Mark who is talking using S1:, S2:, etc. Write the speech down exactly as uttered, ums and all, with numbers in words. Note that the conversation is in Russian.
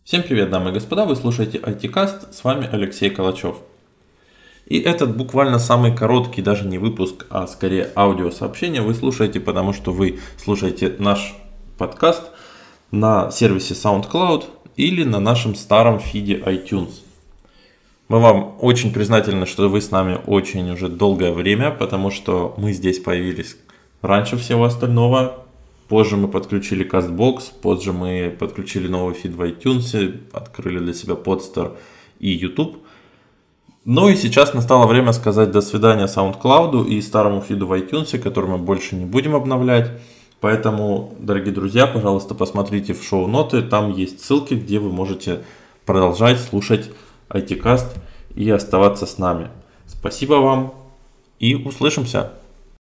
S1: Всем привет, дамы и господа, вы слушаете ай ти-каст, с вами Алексей Калачев. И этот буквально самый короткий, даже не выпуск, а скорее аудиосообщение вы слушаете, потому что вы слушаете наш подкаст на сервисе SoundCloud или на нашем старом фиде iTunes. Мы вам очень признательны, что вы с нами очень уже долгое время, потому что мы здесь появились раньше всего остального. Позже мы подключили CastBox, позже мы подключили новый фид в iTunes, открыли для себя Podster и YouTube. Ну и сейчас настало время сказать до свидания SoundCloud и старому фиду в iTunes, который мы больше не будем обновлять. Поэтому, дорогие друзья, пожалуйста, посмотрите в шоу-ноты, там есть ссылки, где вы можете продолжать слушать ай ти-каст и оставаться с нами. Спасибо вам и услышимся!